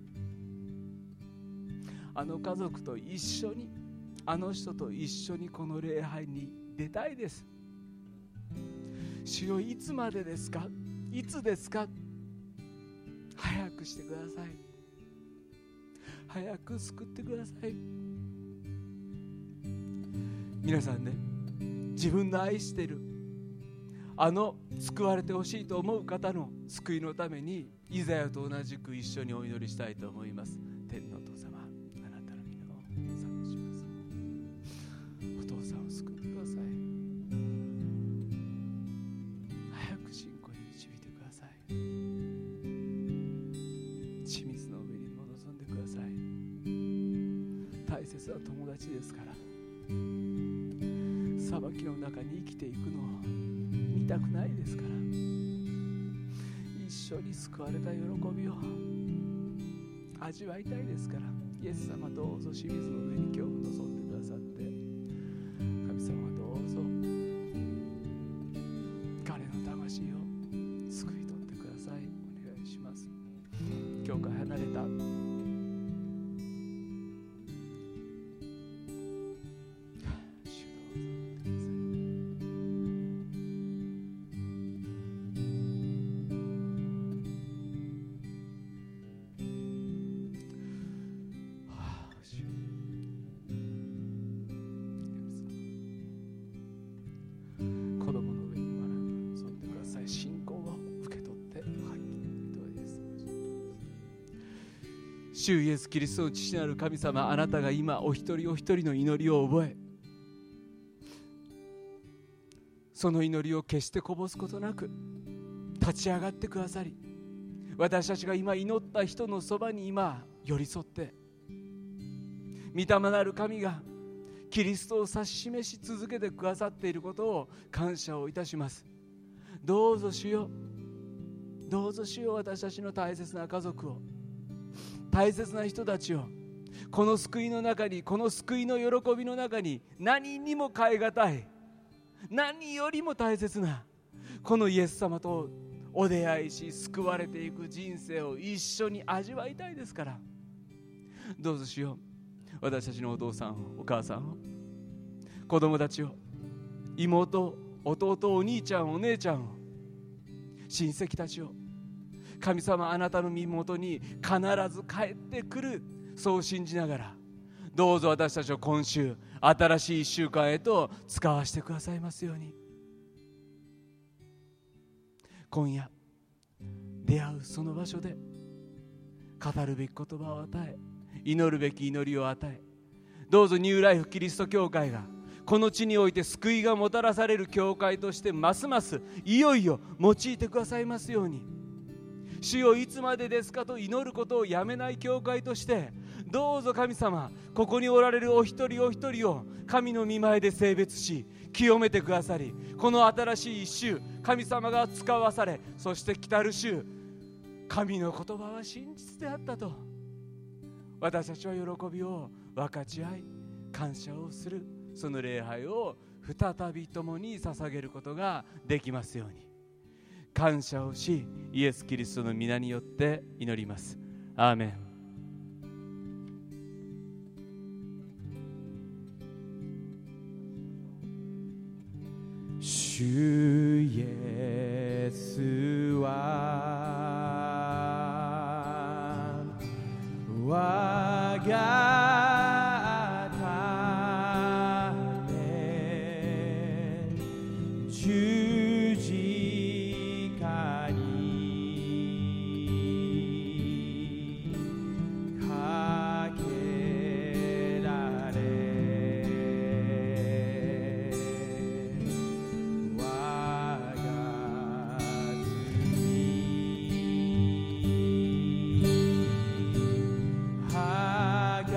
あの家族と一緒に、あの人と一緒にこの礼拝に出たいです。主よ、いつまでですか？いつですか？早くしてください。早く救ってください。皆さんね、自分の愛しているあの救われてほしいと思う方の救いのために、イザヤと同じく一緒にお祈りしたいと思います。天のお父様、あなたの皆を賛美します。お父さんを救ってください。早く信仰に導いてください。血水の上に臨んでください。大切な友達ですから、裁きの中に生きていくのを見たくないですから、一緒に救われた喜びを味わいたいですから、イエス様、どうぞ清水の上に今日も臨んでくださって、神様はどうぞ彼の魂を救い取ってください。お願いします。今日から離れた主イエスキリストの父なる神様、あなたが今お一人お一人の祈りを覚え、その祈りを決してこぼすことなく立ち上がってくださり、私たちが今祈った人のそばに今寄り添って、御霊なる神がキリストを指し示し続けてくださっていることを感謝をいたします。どうぞ主よ、どうぞ主よ、私たちの大切な家族を、大切な人たちをこの救いの中に、この救いの喜びの中に、何にも代え難い、何よりも大切なこのイエス様とお出会いし救われていく人生を一緒に味わいたいですから、どうぞ主よ、私たちのお父さんを、お母さんを、子供たちを、妹、弟、お兄ちゃん、お姉ちゃんを、親戚たちを、神様あなたの身元に必ず帰ってくる、そう信じながら、どうぞ私たちを今週新しいいっしゅうかんへと使わせてくださいますように。今夜出会うその場所で語るべき言葉を与え、祈るべき祈りを与え、どうぞニューライフキリスト教会がこの地において救いがもたらされる教会としてますますいよいよ用いてくださいますように。主よ、いつまでですかと祈ることをやめない教会として、どうぞ神様、ここにおられるお一人お一人を神の御前で聖別し清めてくださり、この新しい一週、神様が使わされ、そして来たる週、神の言葉は真実であったと私たちは喜びを分かち合い感謝をする、その礼拝を再び共に捧げることができますように感謝をし、イエス・キリストの皆によって祈ります。アーメン。主イエスは我がため十字架にかけられ、我が罪はが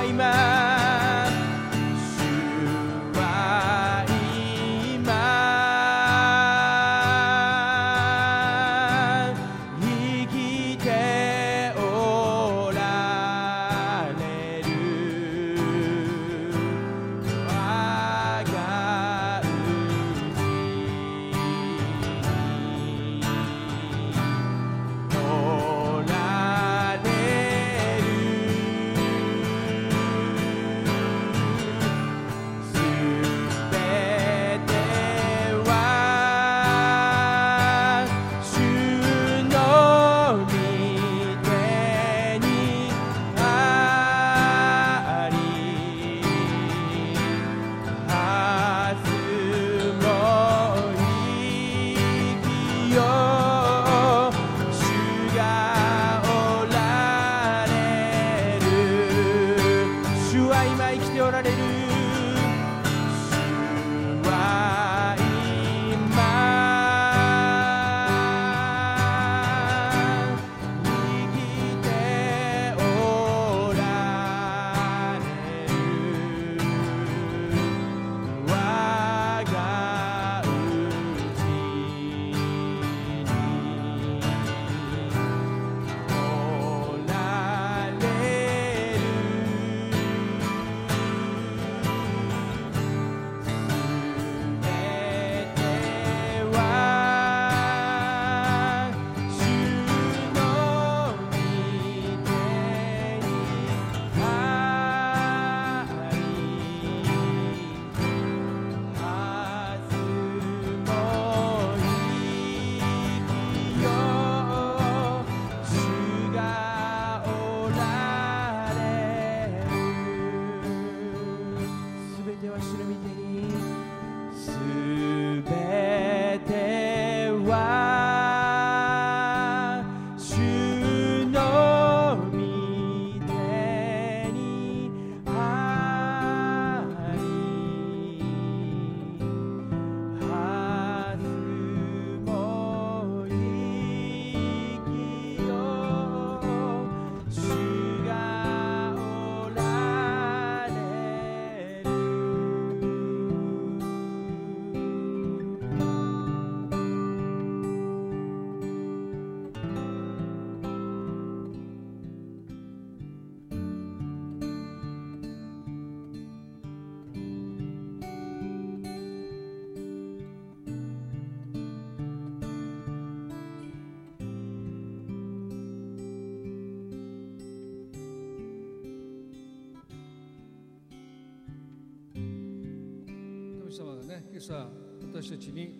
神様がね、今朝私たちに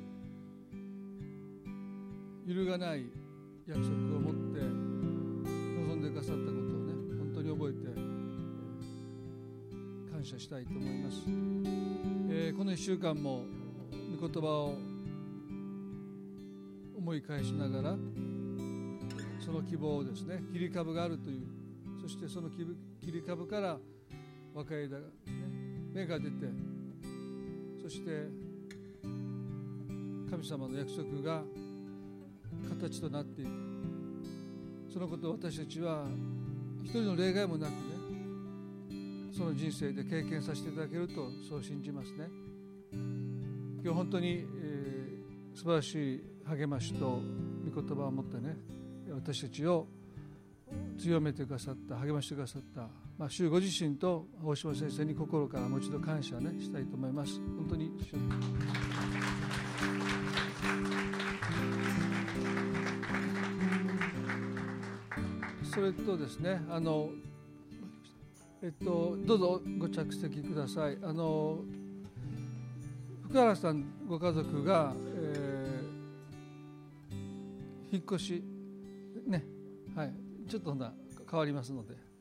揺るがない約束を持って望んでくださったことをね、本当に覚えて感謝したいと思います。えー、このいっしゅうかんも御言葉を思い返しながら、その希望をですね、切り株があるという、そしてその切り株から若い枝が、ね、芽が出て、そして神様の約束が形となっていく、そのことを私たちは一人の例外もなくね、その人生で経験させていただけるとそう信じますね。今日本当に、えー、素晴らしい励ましと御言葉を持ってね、私たちを強めてくださった、励ましてくださった、まあ、主ご自身と大島先生に心からもう一度感謝、ね、したいと思います。本当に主それとですね、あのえっとどうぞご着席ください。あの福原さんご家族が、えー、引っ越しね、はい、ちょっとほな変わりますので。